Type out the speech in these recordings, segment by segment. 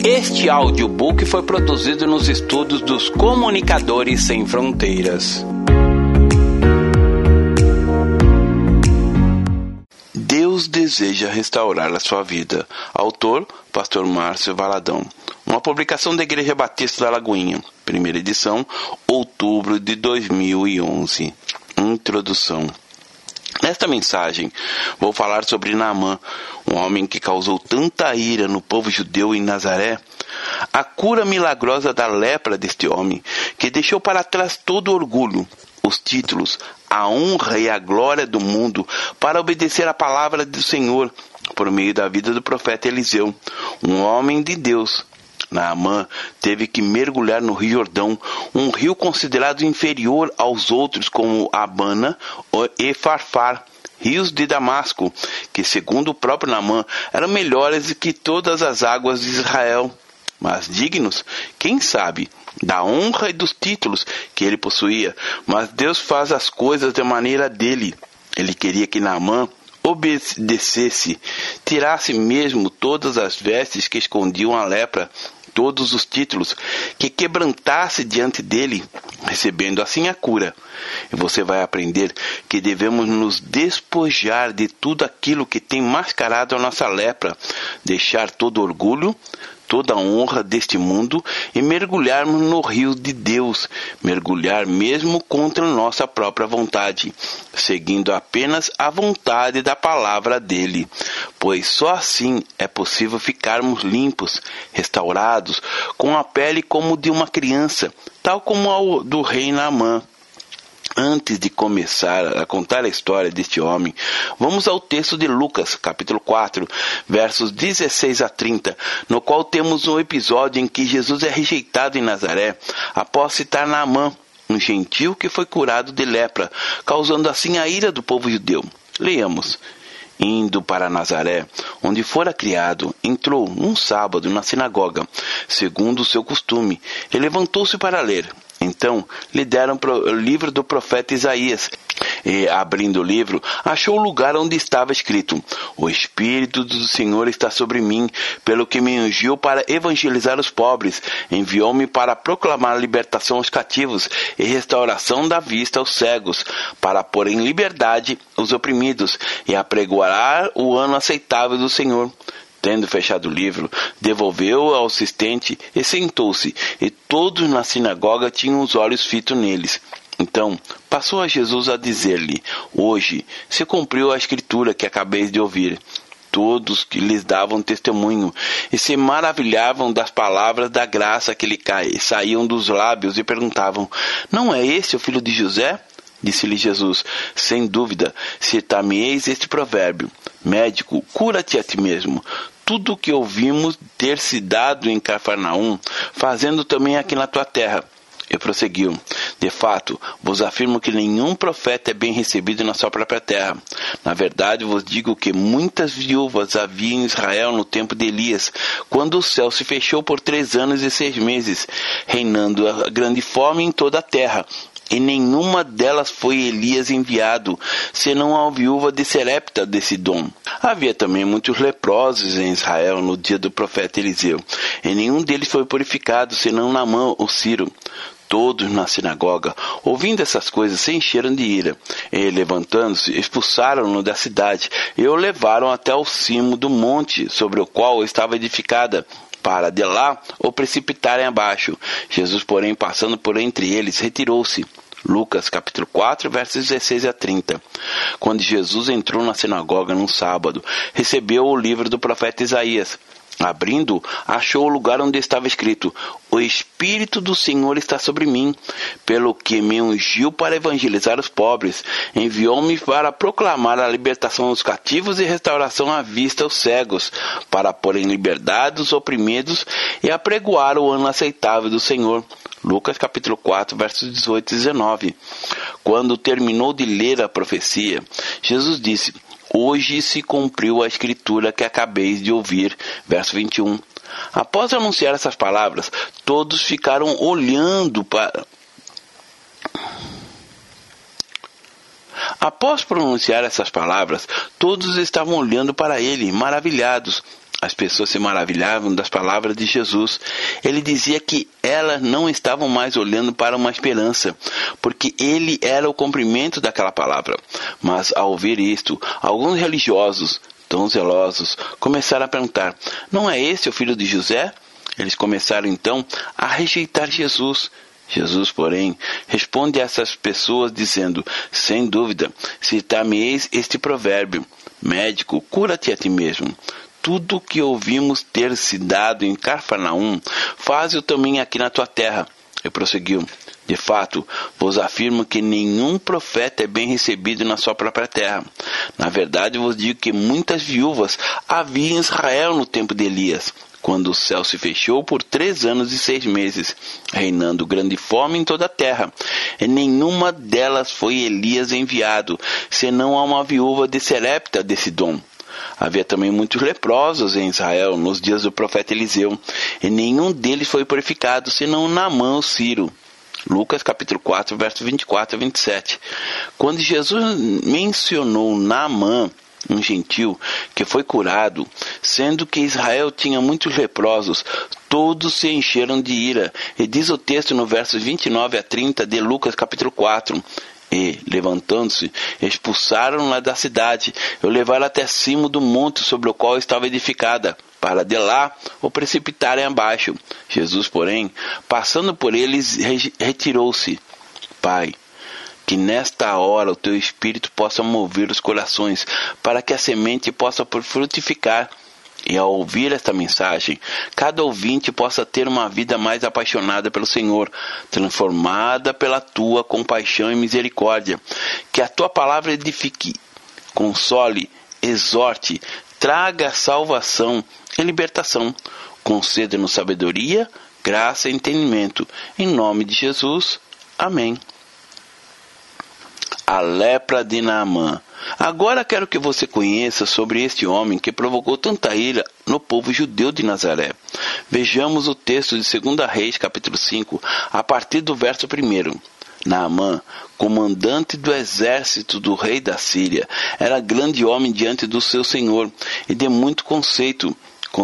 Este audiobook foi produzido nos estudos dos Comunicadores Sem Fronteiras. Deus deseja restaurar a sua vida. Autor, Pastor Márcio Valadão. Uma publicação da Igreja Batista da Lagoinha. Primeira edição, outubro de 2011. Introdução. Nesta mensagem, vou falar sobre Naamã, um homem que causou tanta ira no povo judeu em Nazaré. A cura milagrosa da lepra deste homem, que deixou para trás todo o orgulho, os títulos, a honra e a glória do mundo, para obedecer à palavra do Senhor, por meio da vida do profeta Eliseu, um homem de Deus. Naamã teve que mergulhar no Rio Jordão, um rio considerado inferior aos outros como Abana e Farfar, rios de Damasco, que segundo o próprio Naamã eram melhores que todas as águas de Israel, mas dignos, quem sabe, da honra e dos títulos que ele possuía. Mas Deus faz as coisas da maneira dele. Ele queria que Naamã obedecesse, tirasse mesmo todas as vestes que escondiam a lepra, todos os títulos, que quebrantasse diante dele, recebendo assim a cura. E você vai aprender que devemos nos despojar de tudo aquilo que tem mascarado a nossa lepra, deixar todo orgulho, toda a honra deste mundo e mergulharmos no rio de Deus, mergulhar mesmo contra nossa própria vontade, seguindo apenas a vontade da palavra dele, pois só assim é possível ficarmos limpos, restaurados, com a pele como de uma criança, tal como a do rei Naamã. Antes de começar a contar a história deste homem, vamos ao texto de Lucas, capítulo 4, versos 16 a 30, no qual temos um episódio em que Jesus é rejeitado em Nazaré, após citar Naamã, um gentil que foi curado de lepra, causando assim a ira do povo judeu. Leamos. Indo para Nazaré, onde fora criado, entrou um sábado na sinagoga, segundo o seu costume, e levantou-se para ler. Então lhe deram o livro do profeta Isaías, e, abrindo o livro, achou o lugar onde estava escrito: O Espírito do Senhor está sobre mim, pelo que me ungiu para evangelizar os pobres, enviou-me para proclamar libertação aos cativos e restauração da vista aos cegos, para pôr em liberdade os oprimidos e apregoar o ano aceitável do Senhor. Tendo fechado o livro, devolveu-o ao assistente e sentou-se, e todos na sinagoga tinham os olhos fitos neles. Então, passou a Jesus a dizer-lhe: Hoje se cumpriu a escritura que acabeis de ouvir. Todos que lhes davam testemunho e se maravilhavam das palavras da graça que lhe saíam dos lábios e perguntavam: Não é este o filho de José? Disse-lhe Jesus: Sem dúvida, citar-me-eis este provérbio: Médico, cura-te a ti mesmo. Tudo o que ouvimos ter se dado em Cafarnaum, fazendo também aqui na tua terra. E prosseguiu: De fato, vos afirmo que nenhum profeta é bem recebido na sua própria terra. Na verdade, vos digo que muitas viúvas havia em Israel no tempo de Elias, quando o céu se fechou por 3 anos e 6 meses, reinando a grande fome em toda a terra. E nenhuma delas foi Elias enviado, senão a viúva de Serepta de Sidom. Havia também muitos leprosos em Israel no dia do profeta Eliseu, e nenhum deles foi purificado, senão Naamã o Ciro. Todos na sinagoga, ouvindo essas coisas, se encheram de ira, e levantando-se, expulsaram-no da cidade, e o levaram até o cimo do monte sobre o qual estava edificada, para de lá o precipitarem abaixo. Jesus, porém, passando por entre eles, retirou-se. Lucas, capítulo 4, versos 16 a 30. Quando Jesus entrou na sinagoga num sábado, recebeu o livro do profeta Isaías. Abrindo, achou o lugar onde estava escrito: O Espírito do Senhor está sobre mim, pelo que me ungiu para evangelizar os pobres, enviou-me para proclamar a libertação aos cativos e restauração à vista aos cegos, para pôr em liberdade os oprimidos e apregoar o ano aceitável do Senhor. Lucas capítulo 4, versos 18 e 19. Quando terminou de ler a profecia, Jesus disse: Hoje se cumpriu a escritura que acabeis de ouvir. Verso 21. Após anunciar essas palavras, todos ficaram olhando para... Após pronunciar essas palavras, todos estavam olhando para ele, maravilhados. As pessoas se maravilhavam das palavras de Jesus. Ele dizia que elas não estavam mais olhando para uma esperança, porque ele era o cumprimento daquela palavra. Mas ao ouvir isto, alguns religiosos, tão zelosos, começaram a perguntar: não é esse o filho de José? Eles começaram então a rejeitar Jesus. Jesus, porém, responde a essas pessoas dizendo: sem dúvida, citar-me-eis este provérbio: médico, cura-te a ti mesmo. Tudo que ouvimos ter se dado em Cafarnaum, faze-o também aqui na tua terra. E prosseguiu: de fato, vos afirmo que nenhum profeta é bem recebido na sua própria terra. Na verdade, vos digo que muitas viúvas havia em Israel no tempo de Elias, quando o céu se fechou por 3 anos e 6 meses, reinando grande fome em toda a terra. E nenhuma delas foi Elias enviado, senão a uma viúva de Serepta de Sidom. Havia também muitos leprosos em Israel nos dias do profeta Eliseu, e nenhum deles foi purificado, senão Naamã o sírio. Lucas capítulo 4, versos 24 a 27. Quando Jesus mencionou Naamã, um gentil que foi curado, sendo que Israel tinha muitos leprosos, todos se encheram de ira. E diz o texto no versos 29 a 30 de Lucas capítulo 4. E, levantando-se, expulsaram-la da cidade e o levaram até cima do monte sobre o qual estava edificada, para de lá o precipitarem abaixo. Jesus, porém, passando por eles, retirou-se. Pai, que nesta hora o teu Espírito possa mover os corações, para que a semente possa frutificar. E ao ouvir esta mensagem, cada ouvinte possa ter uma vida mais apaixonada pelo Senhor, transformada pela tua compaixão e misericórdia. Que a tua palavra edifique, console, exorte, traga salvação e libertação. Conceda-nos sabedoria, graça e entendimento. Em nome de Jesus. Amém. A lepra de Naamã. Agora quero que você conheça sobre este homem que provocou tanta ira no povo judeu de Nazaré. Vejamos o texto de 2 Reis, capítulo 5, a partir do verso 1. Naamã, comandante do exército do rei da Síria, era grande homem diante do seu senhor e de muito conceito,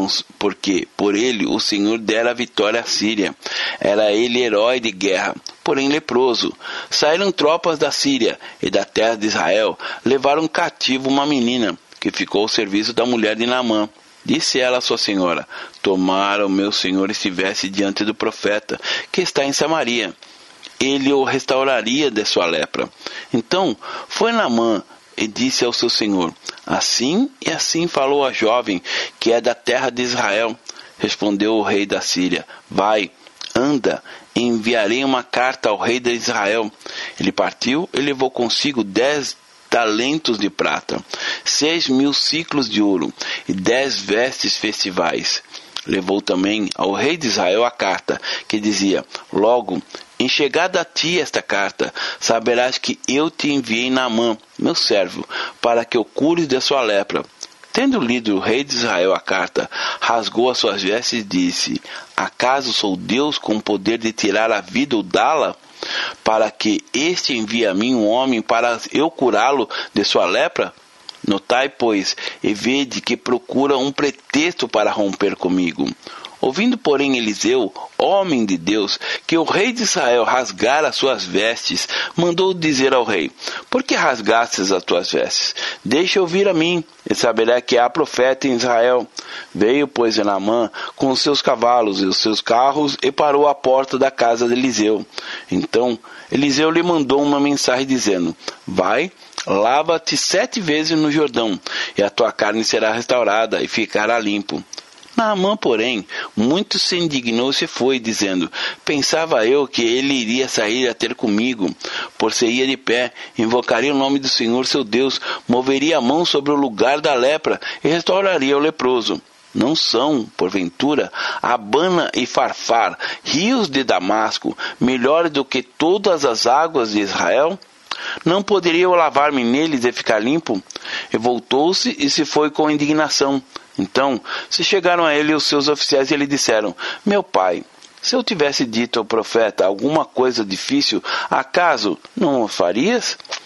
porque por ele o Senhor dera a vitória à Síria. Era ele herói de guerra, porém leproso. Saíram tropas da Síria e da terra de Israel, levaram cativo uma menina, que ficou ao serviço da mulher de Naamã. Disse ela à sua senhora: tomara o meu senhor estivesse diante do profeta, que está em Samaria. Ele o restauraria de sua lepra. Então foi Naamã e disse ao seu senhor: assim e assim falou a jovem, que é da terra de Israel. Respondeu o rei da Síria: vai, anda, enviarei uma carta ao rei de Israel. Ele partiu e levou consigo 10 talentos de prata, 6.000 ciclos de ouro e 10 vestes festivais. Levou também ao rei de Israel a carta, que dizia: logo, em chegada a ti esta carta, saberás que eu te enviei Naamã, meu servo, para que o cures de sua lepra. Tendo lido o rei de Israel a carta, rasgou as suas vestes e disse: acaso sou Deus com poder de tirar a vida ou dá-la? Para que este envie a mim um homem para eu curá-lo de sua lepra? Notai, pois, e vede que procura um pretexto para romper comigo. Ouvindo, porém, Eliseu, homem de Deus, que o rei de Israel rasgara as suas vestes, mandou dizer ao rei: por que rasgastes as tuas vestes? Deixa ouvir a mim, e saberá que há profeta em Israel. Veio, pois, Naamã com os seus cavalos e os seus carros, e parou à porta da casa de Eliseu. Então Eliseu lhe mandou uma mensagem dizendo: vai, lava-te 7 vezes no Jordão, e a tua carne será restaurada, e ficará limpo. Naamã, porém, muito se indignou e se foi, dizendo: pensava eu que ele iria sair a ter comigo, por se ia de pé, invocaria o nome do Senhor seu Deus, moveria a mão sobre o lugar da lepra e restauraria o leproso. Não são, porventura, Abana e Farfar, rios de Damasco, melhores do que todas as águas de Israel? Não poderia eu lavar-me neles e ficar limpo? E voltou-se e se foi com indignação. Então se chegaram a ele os seus oficiais e lhe disseram: meu pai, se eu tivesse dito ao profeta alguma coisa difícil, acaso não o farias?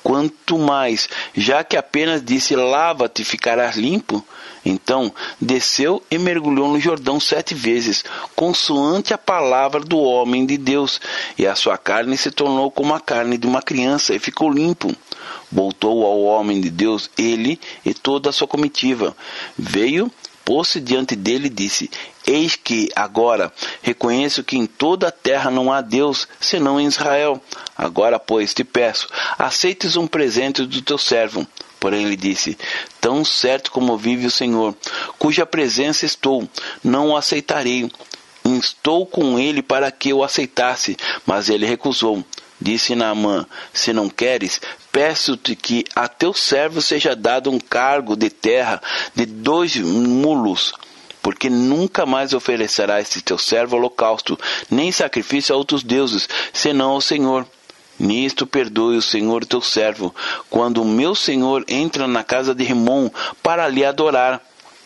Quanto mais, já que apenas disse, lava-te e ficarás limpo. Então desceu e mergulhou no Jordão 7 vezes, consoante a palavra do homem de Deus, e a sua carne se tornou como a carne de uma criança, e ficou limpo. Voltou ao homem de Deus, ele e toda a sua comitiva. Veio, pôs-se diante dele e disse: Eis que, agora, reconheço que em toda a terra não há Deus, senão em Israel. Agora, pois, te peço, aceites um presente do teu servo. Porém ele disse: Tão certo como vive o Senhor, cuja presença estou, não o aceitarei. Instou com ele para que o aceitasse, mas ele recusou. Disse Naamã: Se não queres, peço-te que a teu servo seja dado um cargo de terra de 2 mulos, porque nunca mais oferecerá este teu servo holocausto, nem sacrifício a outros deuses, senão ao Senhor. Nisto perdoe o Senhor teu servo, quando o meu senhor entra na casa de Rimom para lhe adorar.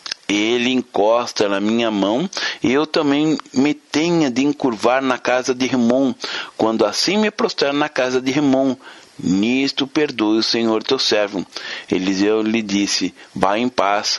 Ele encosta na minha mão, e eu também me tenha de encurvar na casa de Rimom, quando assim me prostrar na casa de Rimom. Nisto perdoe o Senhor teu servo. Eliseu lhe disse: Vá em paz.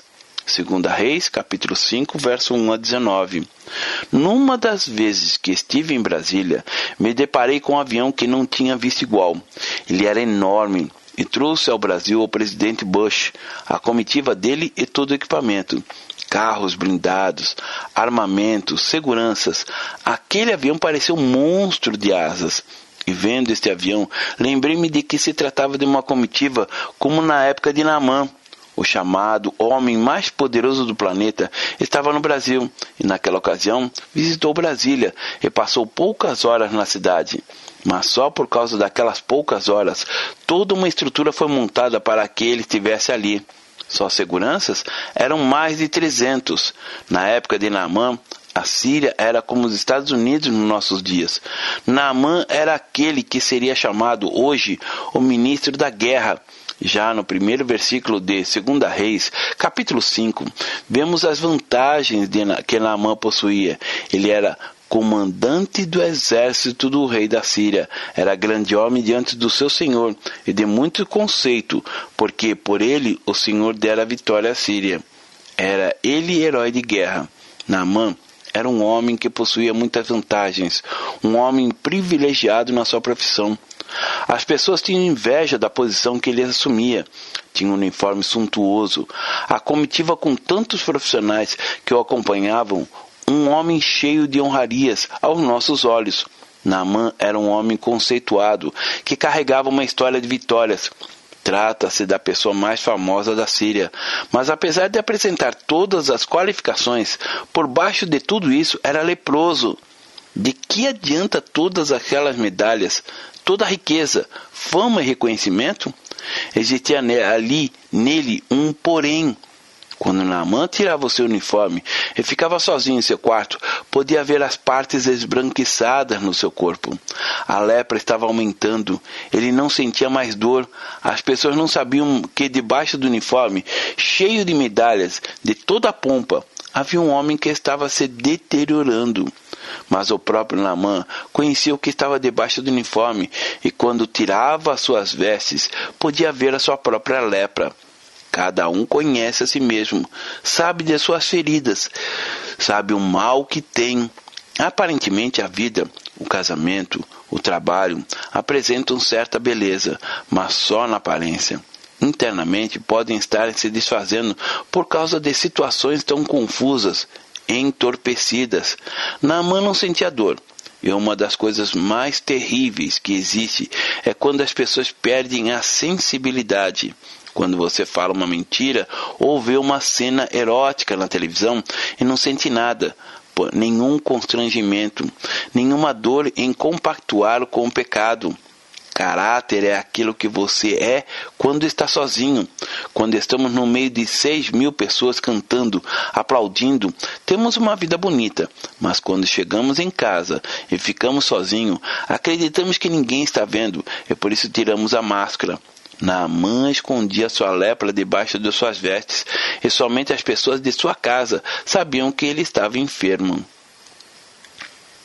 2 Reis, capítulo 5, verso 1 a 19. Numa das vezes que estive em Brasília, me deparei com um avião que não tinha visto igual. Ele era enorme e trouxe ao Brasil o presidente Bush, a comitiva dele e todo o equipamento. Carros blindados, armamentos, seguranças. Aquele avião parecia um monstro de asas. E vendo este avião, lembrei-me de que se tratava de uma comitiva como na época de Naamã. O chamado homem mais poderoso do planeta estava no Brasil e naquela ocasião visitou Brasília e passou poucas horas na cidade. Mas só por causa daquelas poucas horas, toda uma estrutura foi montada para que ele estivesse ali. Só seguranças eram mais de 300. Na época de Naamã, a Síria era como os Estados Unidos nos nossos dias. Naamã era aquele que seria chamado hoje o ministro da guerra. Já no primeiro versículo de 2 Reis, capítulo 5, vemos as vantagens que Naamã possuía. Ele era comandante do exército do rei da Síria, era grande homem diante do seu senhor e de muito conceito, porque por ele o Senhor dera a vitória à Síria. Era ele herói de guerra. Naamã era um homem que possuía muitas vantagens, um homem privilegiado na sua profissão. As pessoas tinham inveja da posição que ele assumia. Tinha um uniforme suntuoso, a comitiva com tantos profissionais que o acompanhavam, um homem cheio de honrarias aos nossos olhos. Naamã era um homem conceituado, que carregava uma história de vitórias. Trata-se da pessoa mais famosa da Síria, mas apesar de apresentar todas as qualificações, por baixo de tudo isso era leproso. De que adianta todas aquelas medalhas, toda a riqueza, fama e reconhecimento? Existia ali, nele, um porém. Quando Naamã tirava o seu uniforme e ficava sozinho em seu quarto, podia ver as partes esbranquiçadas no seu corpo. A lepra estava aumentando, ele não sentia mais dor. As pessoas não sabiam que debaixo do uniforme, cheio de medalhas, de toda a pompa, havia um homem que estava se deteriorando. Mas o próprio Naamã conhecia o que estava debaixo do uniforme, e quando tirava as suas vestes, podia ver a sua própria lepra. Cada um conhece a si mesmo, sabe de suas feridas, sabe o mal que tem. Aparentemente a vida, o casamento, o trabalho apresentam certa beleza, mas só na aparência. Internamente podem estar se desfazendo por causa de situações tão confusas, entorpecidas. Naamã não sentia dor. E uma das coisas mais terríveis que existe é quando as pessoas perdem a sensibilidade. Quando você fala uma mentira ou vê uma cena erótica na televisão e não sente nada, nenhum constrangimento, nenhuma dor em compactuar com o pecado. Caráter é aquilo que você é quando está sozinho. Quando estamos no meio de 6.000 pessoas cantando, aplaudindo, temos uma vida bonita. Mas quando chegamos em casa e ficamos sozinhos, acreditamos que ninguém está vendo e por isso tiramos a máscara. Naamã escondia sua lepra debaixo de suas vestes e somente as pessoas de sua casa sabiam que ele estava enfermo.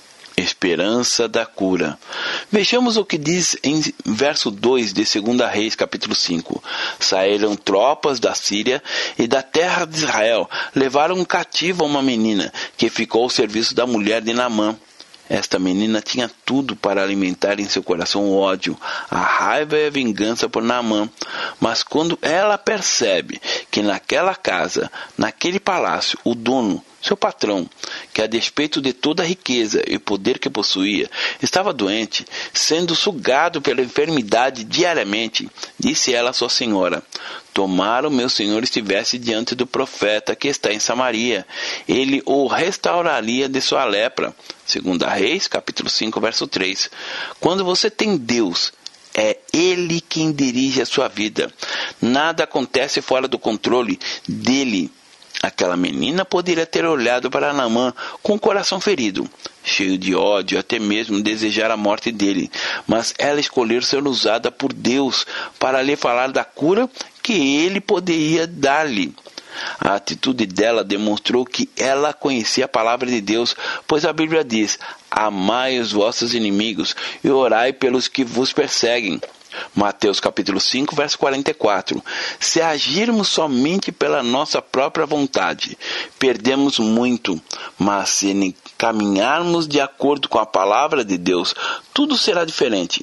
esperança da cura. Vejamos o que diz em verso 2 de 2 Reis, capítulo 5. Saíram tropas da Síria e da terra de Israel, levaram cativo uma menina, que ficou ao serviço da mulher de Naamã. Esta menina tinha tudo para alimentar em seu coração o ódio, a raiva e a vingança por Naamã. Mas quando ela percebe que naquela casa, naquele palácio, o dono, seu patrão, que a despeito de toda a riqueza e poder que possuía, estava doente, sendo sugado pela enfermidade diariamente, disse ela à sua senhora: tomara o meu senhor estivesse diante do profeta que está em Samaria, ele o restauraria de sua lepra. 2 Reis, capítulo 5, verso 3. Quando você tem Deus, é Ele quem dirige a sua vida. Nada acontece fora do controle dele. Aquela menina poderia ter olhado para Naamã com o coração ferido, cheio de ódio, até mesmo desejar a morte dele. Mas ela escolheu ser usada por Deus para lhe falar da cura que ele poderia dar-lhe. A atitude dela demonstrou que ela conhecia a palavra de Deus, pois a Bíblia diz: amai os vossos inimigos e orai pelos que vos perseguem. Mateus capítulo 5, verso 44. Se agirmos somente pela nossa própria vontade, perdemos muito, mas se caminharmos de acordo com a palavra de Deus, tudo será diferente,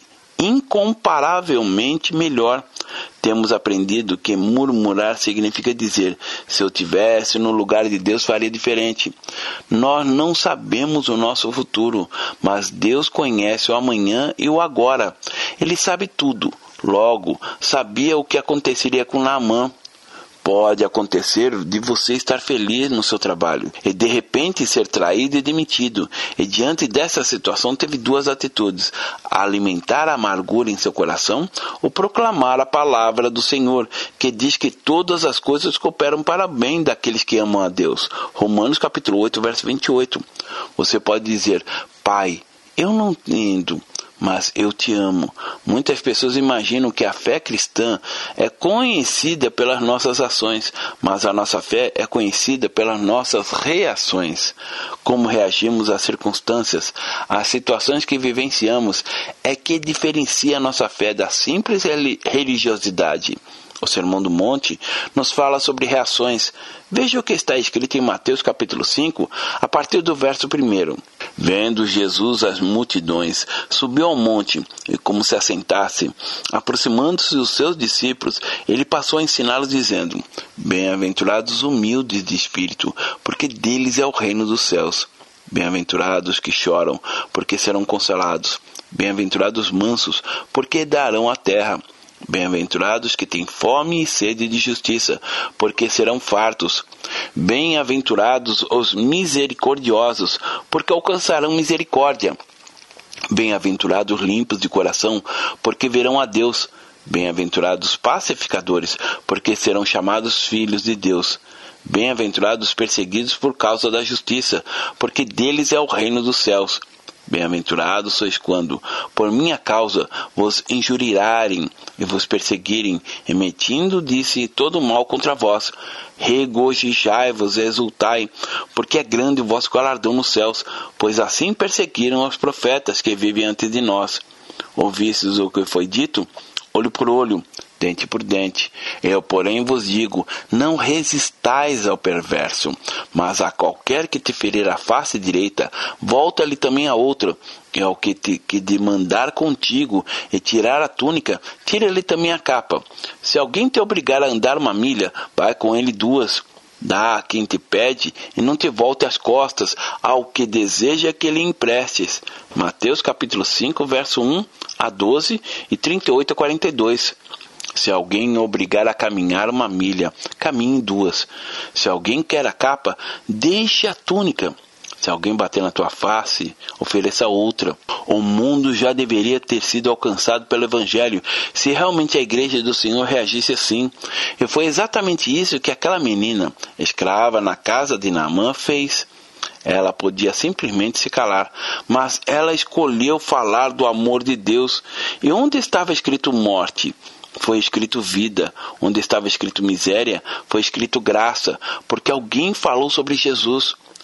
incomparavelmente melhor. Temos aprendido que murmurar significa dizer: se eu tivesse no lugar de Deus, faria diferente. Nós não sabemos o nosso futuro, mas Deus conhece o amanhã e o agora. Ele sabe tudo. Logo, sabia o que aconteceria com Naamã. Pode acontecer de você estar feliz no seu trabalho e de repente ser traído e demitido. E diante dessa situação teve duas atitudes: alimentar a amargura em seu coração ou proclamar a palavra do Senhor, que diz que todas as coisas cooperam para o bem daqueles que amam a Deus. Romanos capítulo 8, verso 28. Você pode dizer: Pai, eu não entendo, mas eu te amo. Muitas pessoas imaginam que a fé cristã é conhecida pelas nossas ações, mas a nossa fé é conhecida pelas nossas reações. Como reagimos às circunstâncias, às situações que vivenciamos, é que diferencia a nossa fé da simples religiosidade. O Sermão do Monte nos fala sobre reações. Veja o que está escrito em Mateus capítulo 5, a partir do verso 1. Vendo Jesus as multidões, subiu ao monte, e como se assentasse, aproximando-se dos seus discípulos, ele passou a ensiná-los dizendo: bem-aventurados humildes de espírito, porque deles é o reino dos céus. Bem-aventurados que choram, porque serão consolados. Bem-aventurados mansos, porque darão a terra. Bem-aventurados que têm fome e sede de justiça, porque serão fartos. Bem-aventurados os misericordiosos, porque alcançarão misericórdia. Bem-aventurados limpos de coração, porque verão a Deus. Bem-aventurados pacificadores, porque serão chamados filhos de Deus. Bem-aventurados perseguidos por causa da justiça, porque deles é o reino dos céus. Bem-aventurados sois quando, por minha causa, vos injuriarem e vos perseguirem, emitindo disse todo mal contra vós. Regozijai-vos e exultai, porque é grande o vosso galardão nos céus, pois assim perseguiram os profetas que vivem antes de nós. Ouvistes o que foi dito? Olho por olho, dente por dente. Eu, porém, vos digo: não resistais ao perverso, mas a qualquer que te ferir a face direita, volta-lhe também a outra. E ao que demandar contigo e tirar a túnica, tira-lhe também a capa. Se alguém te obrigar a andar 1 milha, vai com ele 2. Dá a quem te pede e não te volte as costas ao que deseja que lhe emprestes. Mateus capítulo 5, verso 1 a 12 e 38 a 42. Se alguém obrigar a caminhar 1 milha, caminhe 2. Se alguém quer a capa, deixe a túnica. Se alguém bater na tua face, ofereça outra. O mundo já deveria ter sido alcançado pelo Evangelho se realmente a igreja do Senhor reagisse assim. E foi exatamente isso que aquela menina, escrava na casa de Naamã, fez. Ela podia simplesmente se calar, mas ela escolheu falar do amor de Deus. E onde estava escrito morte, foi escrito vida. Onde estava escrito miséria, foi escrito graça, porque alguém falou sobre Jesus.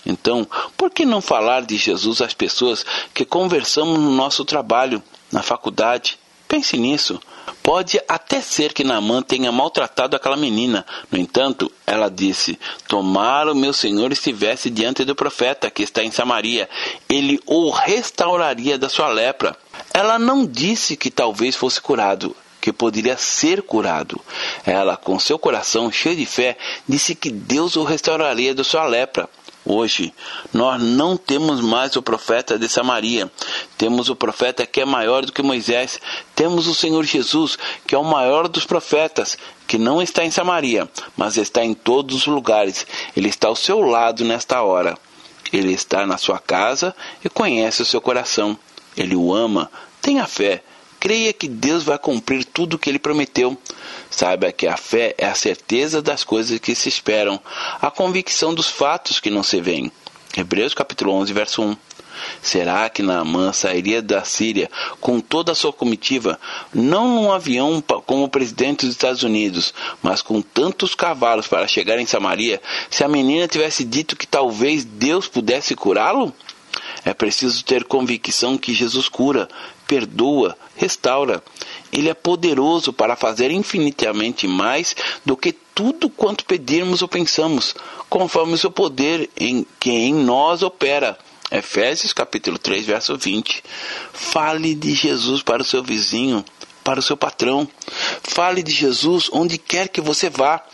Então, por que não falar de Jesus às pessoas que conversamos no nosso trabalho, na faculdade? Pense nisso. Pode até ser que Naamã tenha maltratado aquela menina. No entanto, ela disse: tomara o meu senhor estivesse diante do profeta que está em Samaria, ele o restauraria da sua lepra. Ela não disse que talvez fosse curado, que poderia ser curado. Ela, com seu coração cheio de fé, disse que Deus o restauraria da sua lepra. Hoje, nós não temos mais o profeta de Samaria. Temos o profeta que é maior do que Moisés. Temos o Senhor Jesus, que é o maior dos profetas, que não está em Samaria, mas está em todos os lugares. Ele está ao seu lado nesta hora. Ele está na sua casa e conhece o seu coração. Ele o ama. Tenha fé. Creia que Deus vai cumprir tudo o que Ele prometeu. Saiba que a fé é a certeza das coisas que se esperam, a convicção dos fatos que não se veem. Hebreus capítulo 11, verso 1. Será que Naamã sairia da Síria com toda a sua comitiva, não num avião como o presidente dos Estados Unidos, mas com tantos cavalos para chegar em Samaria, se a menina tivesse dito que talvez Deus pudesse curá-lo? É preciso ter convicção que Jesus cura, perdoa, restaura. Ele é poderoso para fazer infinitamente mais do que tudo quanto pedirmos ou pensamos, conforme o seu poder que em nós opera. Efésios capítulo 3, verso 20. Fale de Jesus para o seu vizinho, para o seu patrão. Fale de Jesus onde quer que você vá.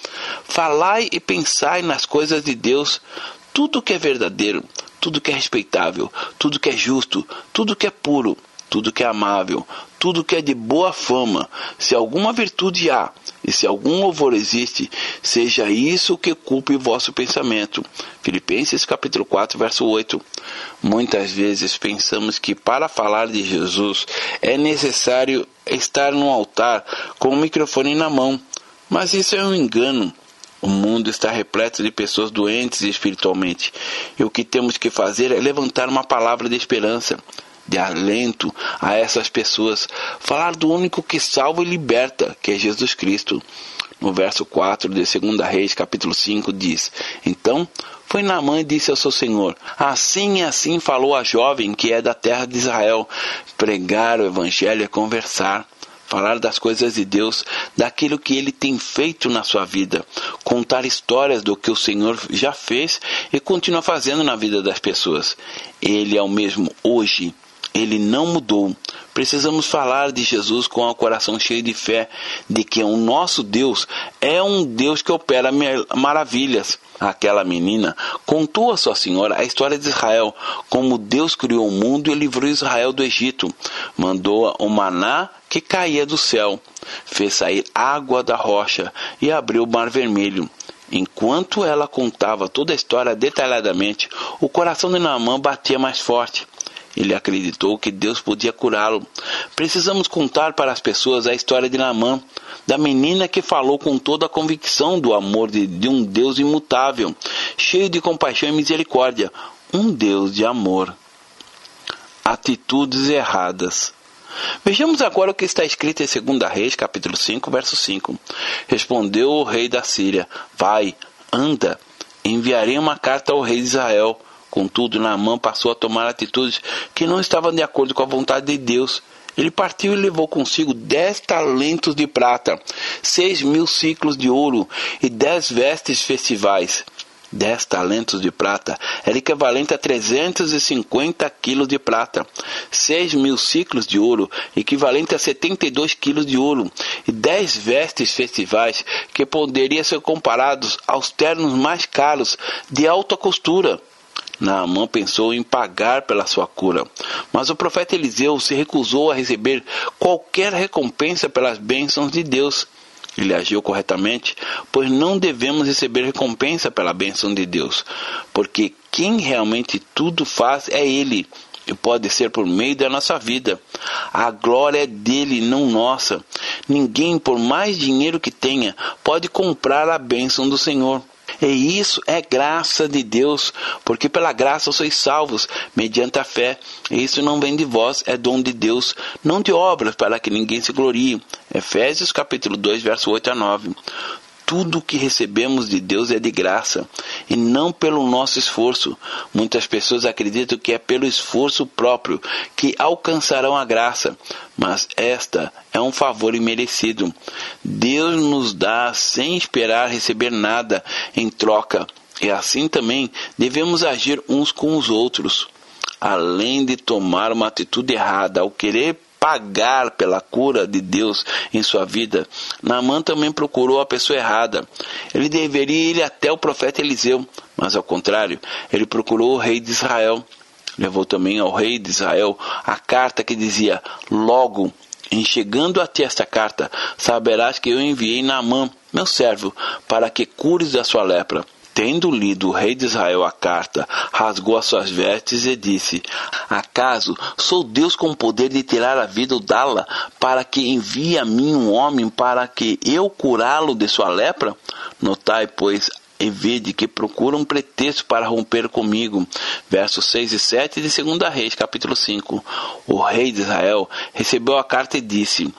Falai e pensai nas coisas de Deus. Tudo que é verdadeiro, tudo que é respeitável, tudo que é justo, tudo que é puro, tudo que é amável, tudo que é de boa fama, se alguma virtude há, e se algum louvor existe, seja isso o que ocupe o vosso pensamento. Filipenses capítulo 4, verso 8. Muitas vezes pensamos que para falar de Jesus é necessário estar no altar com o microfone na mão, mas isso é um engano. O mundo está repleto de pessoas doentes espiritualmente, e o que temos que fazer é levantar uma palavra de esperança, de alento a essas pessoas, falar do único que salva e liberta, que é Jesus Cristo. No verso 4 de 2 Reis, capítulo 5, diz: Então foi Naamã e disse ao seu senhor: assim e assim falou a jovem que é da terra de Israel. Pregar o evangelho é conversar, falar das coisas de Deus, daquilo que Ele tem feito na sua vida, contar histórias do que o Senhor já fez e continua fazendo na vida das pessoas. Ele é o mesmo hoje. Ele não mudou. Precisamos falar de Jesus com o coração cheio de fé, de que o nosso Deus é um Deus que opera maravilhas. Aquela menina contou a sua senhora a história de Israel, como Deus criou o mundo e livrou Israel do Egito. Mandou o maná que caía do céu, fez sair água da rocha e abriu o mar vermelho. Enquanto ela contava toda a história detalhadamente, o coração de Naamã batia mais forte. Ele acreditou que Deus podia curá-lo. Precisamos contar para as pessoas a história de Naamã, da menina que falou com toda a convicção do amor de um Deus imutável, cheio de compaixão e misericórdia, um Deus de amor. Atitudes erradas. Vejamos agora o que está escrito em 2 Reis, capítulo 5, verso 5. Respondeu o rei da Síria: Vai, anda, enviarei uma carta ao rei de Israel. Contudo, Naamã passou a tomar atitudes que não estavam de acordo com a vontade de Deus. Ele partiu e levou consigo 10 talentos de prata, 6.000 ciclos de ouro e 10 vestes festivais. 10 talentos de prata era equivalente a 350 quilos de prata. 6.000 ciclos de ouro, equivalente a 72 quilos de ouro. E 10 vestes festivais, que poderiam ser comparados aos ternos mais caros, de alta costura. Naamã pensou em pagar pela sua cura, mas o profeta Eliseu se recusou a receber qualquer recompensa pelas bênçãos de Deus. Ele agiu corretamente, pois não devemos receber recompensa pela bênção de Deus, porque quem realmente tudo faz é Ele, e pode ser por meio da nossa vida. A glória é dele, não nossa. Ninguém, por mais dinheiro que tenha, pode comprar a bênção do Senhor. E isso é graça de Deus, porque pela graça sois salvos, mediante a fé. E isso não vem de vós, é dom de Deus, não de obras, para que ninguém se glorie. Efésios capítulo 2, verso 8 a 9. tudo o que recebemos de Deus é de graça, e não pelo nosso esforço. Muitas pessoas acreditam que é pelo esforço próprio que alcançarão a graça, mas esta é um favor imerecido. Deus nos dá sem esperar receber nada em troca, e assim também devemos agir uns com os outros. Além de tomar uma atitude errada ao querer pagar pela cura de Deus em sua vida, Naamã também procurou a pessoa errada. Ele deveria ir até o profeta Eliseu, mas ao contrário, ele procurou o rei de Israel. Levou também ao rei de Israel a carta que dizia: logo, em chegando a ti esta carta, saberás que eu enviei Naamã, meu servo, para que cures da sua lepra. Tendo lido o rei de Israel a carta, rasgou as suas vestes e disse: acaso sou Deus com o poder de tirar a vida ou dá-la, para que envie a mim um homem para que eu curá-lo de sua lepra? Notai, pois, e vede que procura um pretexto para romper comigo. Versos 6 e 7 de 2 Reis, capítulo 5. O rei de Israel recebeu a carta e disse: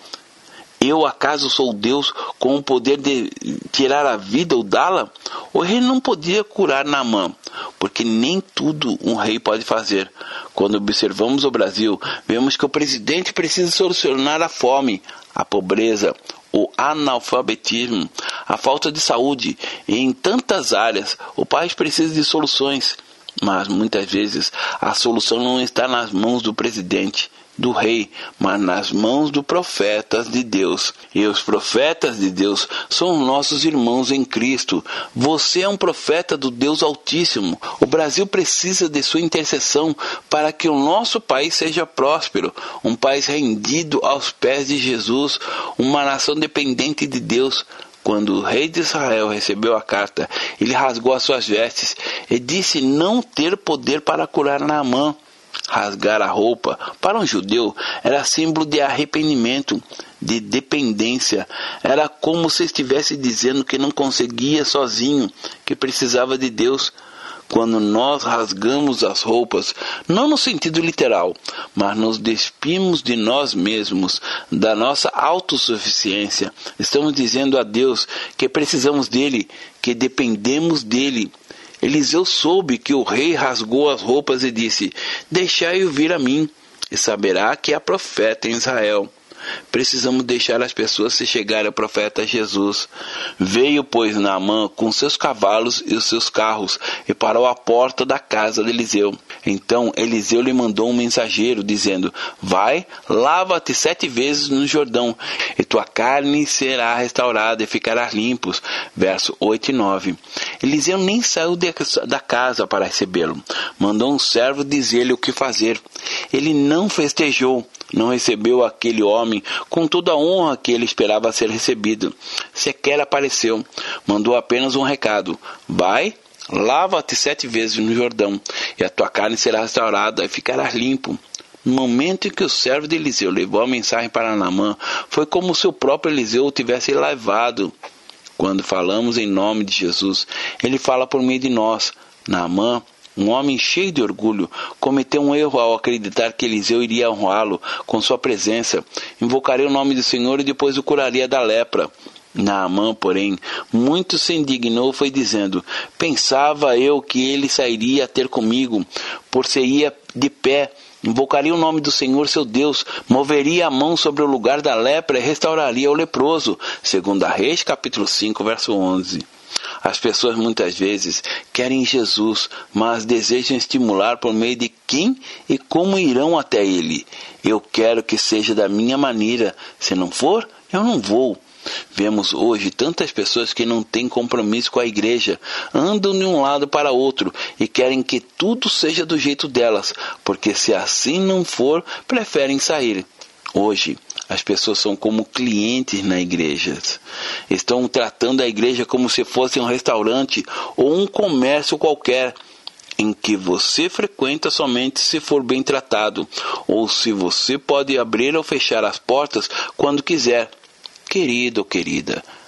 eu acaso sou Deus com o poder de tirar a vida ou dá-la? O rei não podia curar Naamã, porque nem tudo um rei pode fazer. Quando observamos o Brasil, vemos que o presidente precisa solucionar a fome, a pobreza, o analfabetismo, a falta de saúde, e em tantas áreas o país precisa de soluções. Mas muitas vezes a solução não está nas mãos do presidente, do rei, mas nas mãos dos profetas de Deus. E os profetas de Deus são nossos irmãos em Cristo. Você é um profeta do Deus Altíssimo. O Brasil precisa de sua intercessão para que o nosso país seja próspero, um país rendido aos pés de Jesus, uma nação dependente de Deus. Quando o rei de Israel recebeu a carta, ele rasgou as suas vestes e disse não ter poder para curar Naamã. Rasgar a roupa, para um judeu, era símbolo de arrependimento, de dependência. Era como se estivesse dizendo que não conseguia sozinho, que precisava de Deus. Quando nós rasgamos as roupas, não no sentido literal, mas nos despimos de nós mesmos, da nossa autossuficiência, estamos dizendo a Deus que precisamos dele, que dependemos dele. Eliseu soube que o rei rasgou as roupas e disse: deixai-o vir a mim, e saberá que há profeta em Israel. Precisamos deixar as pessoas se chegarem ao profeta Jesus. Veio, pois, Naamã com seus cavalos e os seus carros, e parou à porta da casa de Eliseu. Então Eliseu lhe mandou um mensageiro, dizendo: vai, lava-te 7 vezes no Jordão, e tua carne será restaurada e ficarás limpos. Verso 8 e 9. Eliseu nem saiu da casa para recebê-lo. Mandou um servo dizer-lhe o que fazer. Ele não festejou, não recebeu aquele homem com toda a honra que ele esperava ser recebido. Sequer apareceu. Mandou apenas um recado: vai, lava-te 7 vezes no Jordão, e a tua carne será restaurada e ficarás limpo. No momento em que o servo de Eliseu levou a mensagem para Naamã, foi como se o próprio Eliseu o tivesse levado. Quando falamos em nome de Jesus, ele fala por meio de nós. Naamã, um homem cheio de orgulho, cometeu um erro ao acreditar que Eliseu iria honrá-lo com sua presença, invocaria o nome do Senhor e depois o curaria da lepra. Naamã, porém, muito se indignou, foi dizendo: pensava eu que ele sairia a ter comigo, por se ia de pé, invocaria o nome do Senhor seu Deus, moveria a mão sobre o lugar da lepra e restauraria o leproso. 2 Reis, capítulo 5, verso 11. As pessoas muitas vezes querem Jesus, mas desejam estimular por meio de quem e como irão até ele. Eu quero que seja da minha maneira, se não for, eu não vou. Vemos hoje tantas pessoas que não têm compromisso com a igreja, andam de um lado para outro e querem que tudo seja do jeito delas, porque se assim não for, preferem sair. Hoje, as pessoas são como clientes na igreja. Estão tratando a igreja como se fosse um restaurante ou um comércio qualquer, em que você frequenta somente se for bem tratado, ou se você pode abrir ou fechar as portas quando quiser. Querido ou querida,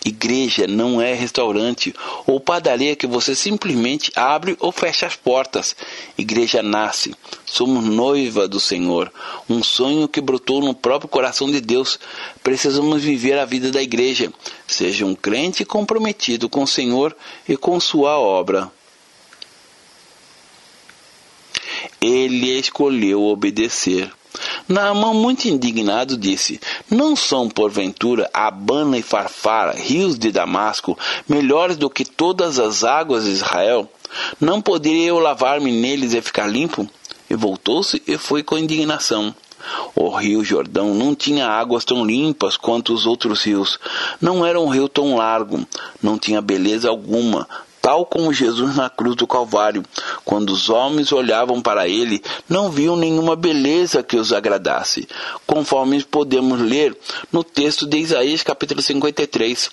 Igreja não é restaurante ou padaria que você simplesmente abre ou fecha as portas. Igreja nasce. Somos noiva do Senhor. Um sonho que brotou no próprio coração de Deus. Precisamos viver a vida da igreja. Seja um crente comprometido com o Senhor e com sua obra. Ele escolheu obedecer. Naamã, muito indignado, disse: não são, porventura, Abana e Farfara, rios de Damasco, melhores do que todas as águas de Israel? Não poderia eu lavar-me neles e ficar limpo? E voltou-se e foi com indignação. O rio Jordão não tinha águas tão limpas quanto os outros rios. Não era um rio tão largo. Não tinha beleza alguma, tal como Jesus na cruz do Calvário. Quando os homens olhavam para ele, não viam nenhuma beleza que os agradasse, conforme podemos ler no texto de Isaías capítulo 53.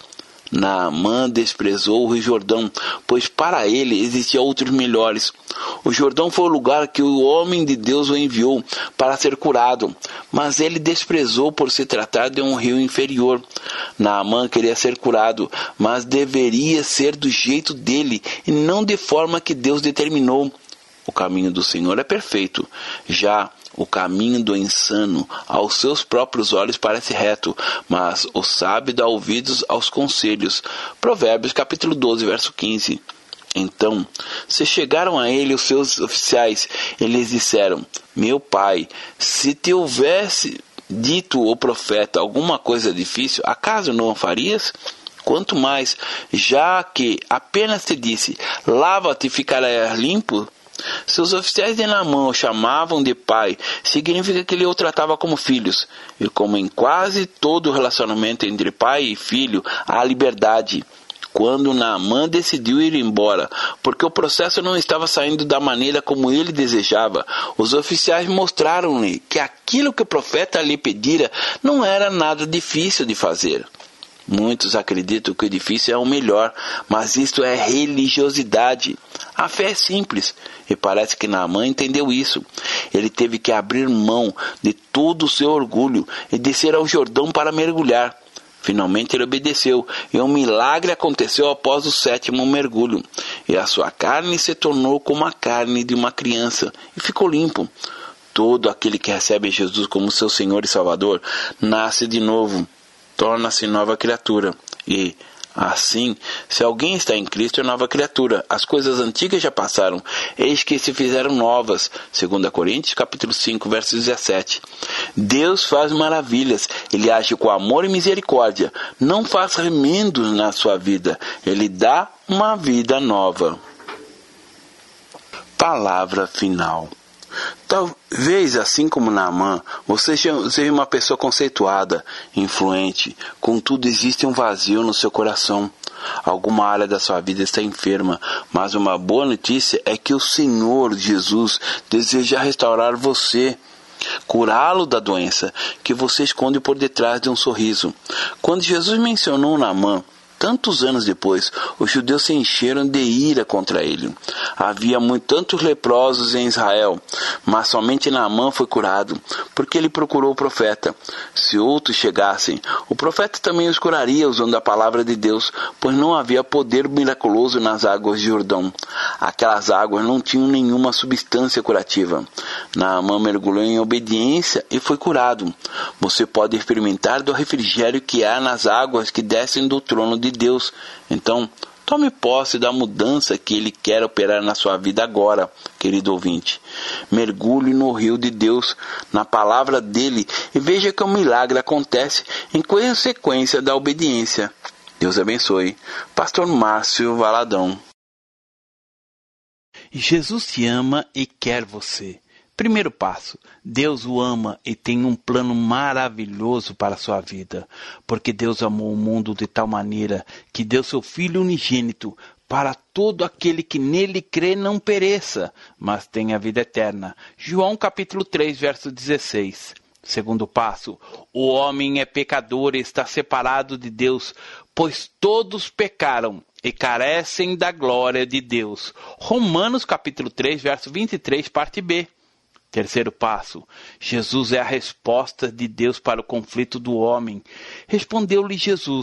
Naamã desprezou o rio Jordão, pois para ele existiam outros melhores. O Jordão foi o lugar que o homem de Deus o enviou para ser curado, mas ele desprezou por se tratar de um rio inferior. Naamã queria ser curado, mas deveria ser do jeito dele e não de forma que Deus determinou. O caminho do Senhor é perfeito. Já o caminho do insano aos seus próprios olhos parece reto, mas o sábio dá ouvidos aos conselhos. Provérbios capítulo 12, verso 15. Então, se chegaram a ele os seus oficiais, e lhes disseram: meu pai, se te houvesse dito o profeta alguma coisa difícil, acaso não o farias? Quanto mais, já que apenas te disse: lava-te e ficarás limpo. Seus oficiais de Naamã o chamavam de pai, significa que ele o tratava como filhos. E como em quase todo relacionamento entre pai e filho, há liberdade. Quando Naamã decidiu ir embora, porque o processo não estava saindo da maneira como ele desejava, os oficiais mostraram-lhe que aquilo que o profeta lhe pedira não era nada difícil de fazer. Muitos acreditam que o difícil é o melhor, mas isto é religiosidade. A fé é simples, e parece que Naamã entendeu isso. Ele teve que abrir mão de todo o seu orgulho e descer ao Jordão para mergulhar. Finalmente ele obedeceu, e um milagre aconteceu após o 7º mergulho, e a sua carne se tornou como a carne de uma criança, e ficou limpo. Todo aquele que recebe Jesus como seu Senhor e Salvador nasce de novo, torna-se nova criatura. E, assim, se alguém está em Cristo, é nova criatura. As coisas antigas já passaram, eis que se fizeram novas. 2 Coríntios, capítulo 5, verso 17. Deus faz maravilhas. Ele age com amor e misericórdia. Não faz remendos na sua vida. Ele dá uma vida nova. Palavra final. Talvez, assim como Naamã, você seja uma pessoa conceituada, influente, contudo existe um vazio no seu coração. Alguma área da sua vida está enferma, mas uma boa notícia é que o Senhor Jesus deseja restaurar você, curá-lo da doença que você esconde por detrás de um sorriso. Quando Jesus mencionou Naamã, tantos anos depois, os judeus se encheram de ira contra ele. Havia tantos leprosos em Israel, mas somente Naamã foi curado, porque ele procurou o profeta. Se outros chegassem, o profeta também os curaria usando a palavra de Deus, pois não havia poder miraculoso nas águas de Jordão. Aquelas águas não tinham nenhuma substância curativa. Naamã mergulhou em obediência e foi curado. Você pode experimentar do refrigério que há nas águas que descem do trono de Deus. Então, tome posse da mudança que Ele quer operar na sua vida agora, querido ouvinte. Mergulhe no rio de Deus, na palavra dEle, e veja que o milagre acontece em consequência da obediência. Deus abençoe. Pastor Márcio Valadão. Jesus te ama e quer você. Primeiro passo, Deus o ama e tem um plano maravilhoso para a sua vida, porque Deus amou o mundo de tal maneira que deu seu Filho unigênito para todo aquele que nele crê não pereça, mas tenha vida eterna. João capítulo 3, verso 16. Segundo passo, o homem é pecador e está separado de Deus, pois todos pecaram e carecem da glória de Deus. Romanos capítulo 3, verso 23, parte B. Terceiro passo, Jesus é a resposta de Deus para o conflito do homem. Respondeu-lhe Jesus: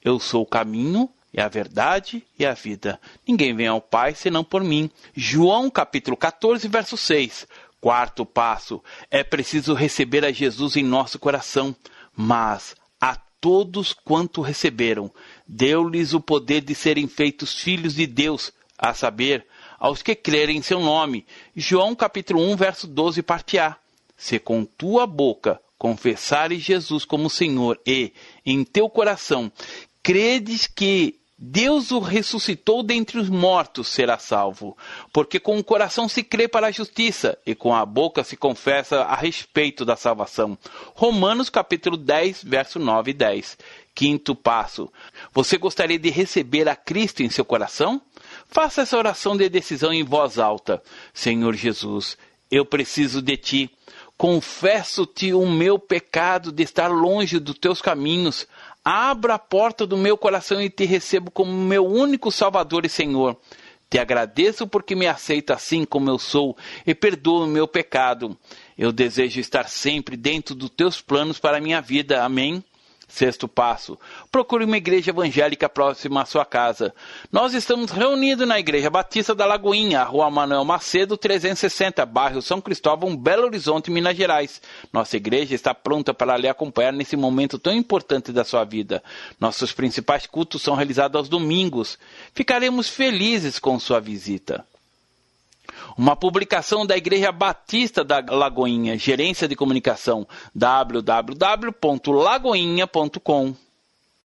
Eu sou o caminho, e a verdade e a vida. Ninguém vem ao Pai senão por mim. João capítulo 14, verso 6. Quarto passo, é preciso receber a Jesus em nosso coração, mas a todos quanto receberam, deu-lhes o poder de serem feitos filhos de Deus, a saber, aos que crerem em seu nome. João capítulo 1, verso 12, parte A. Se com tua boca confessares Jesus como Senhor e, em teu coração, credes que Deus o ressuscitou dentre os mortos, será salvo. Porque com o coração se crê para a justiça, e com a boca se confessa a respeito da salvação. Romanos capítulo 10, verso 9 e 10. Quinto passo. Você gostaria de receber a Cristo em seu coração? Faça essa oração de decisão em voz alta. Senhor Jesus, eu preciso de Ti. Confesso-te o meu pecado de estar longe dos Teus caminhos. Abra a porta do meu coração e te recebo como meu único Salvador e Senhor. Te agradeço porque me aceita assim como eu sou e perdoa o meu pecado. Eu desejo estar sempre dentro dos teus planos para a minha vida. Amém? Sexto passo. Procure uma igreja evangélica próxima à sua casa. Nós estamos reunidos na Igreja Batista da Lagoinha, Rua Manuel Macedo, 360, bairro São Cristóvão, Belo Horizonte, Minas Gerais. Nossa igreja está pronta para lhe acompanhar nesse momento tão importante da sua vida. Nossos principais cultos são realizados aos domingos. Ficaremos felizes com sua visita. Uma publicação da Igreja Batista da Lagoinha, Gerência de Comunicação, www.lagoinha.com.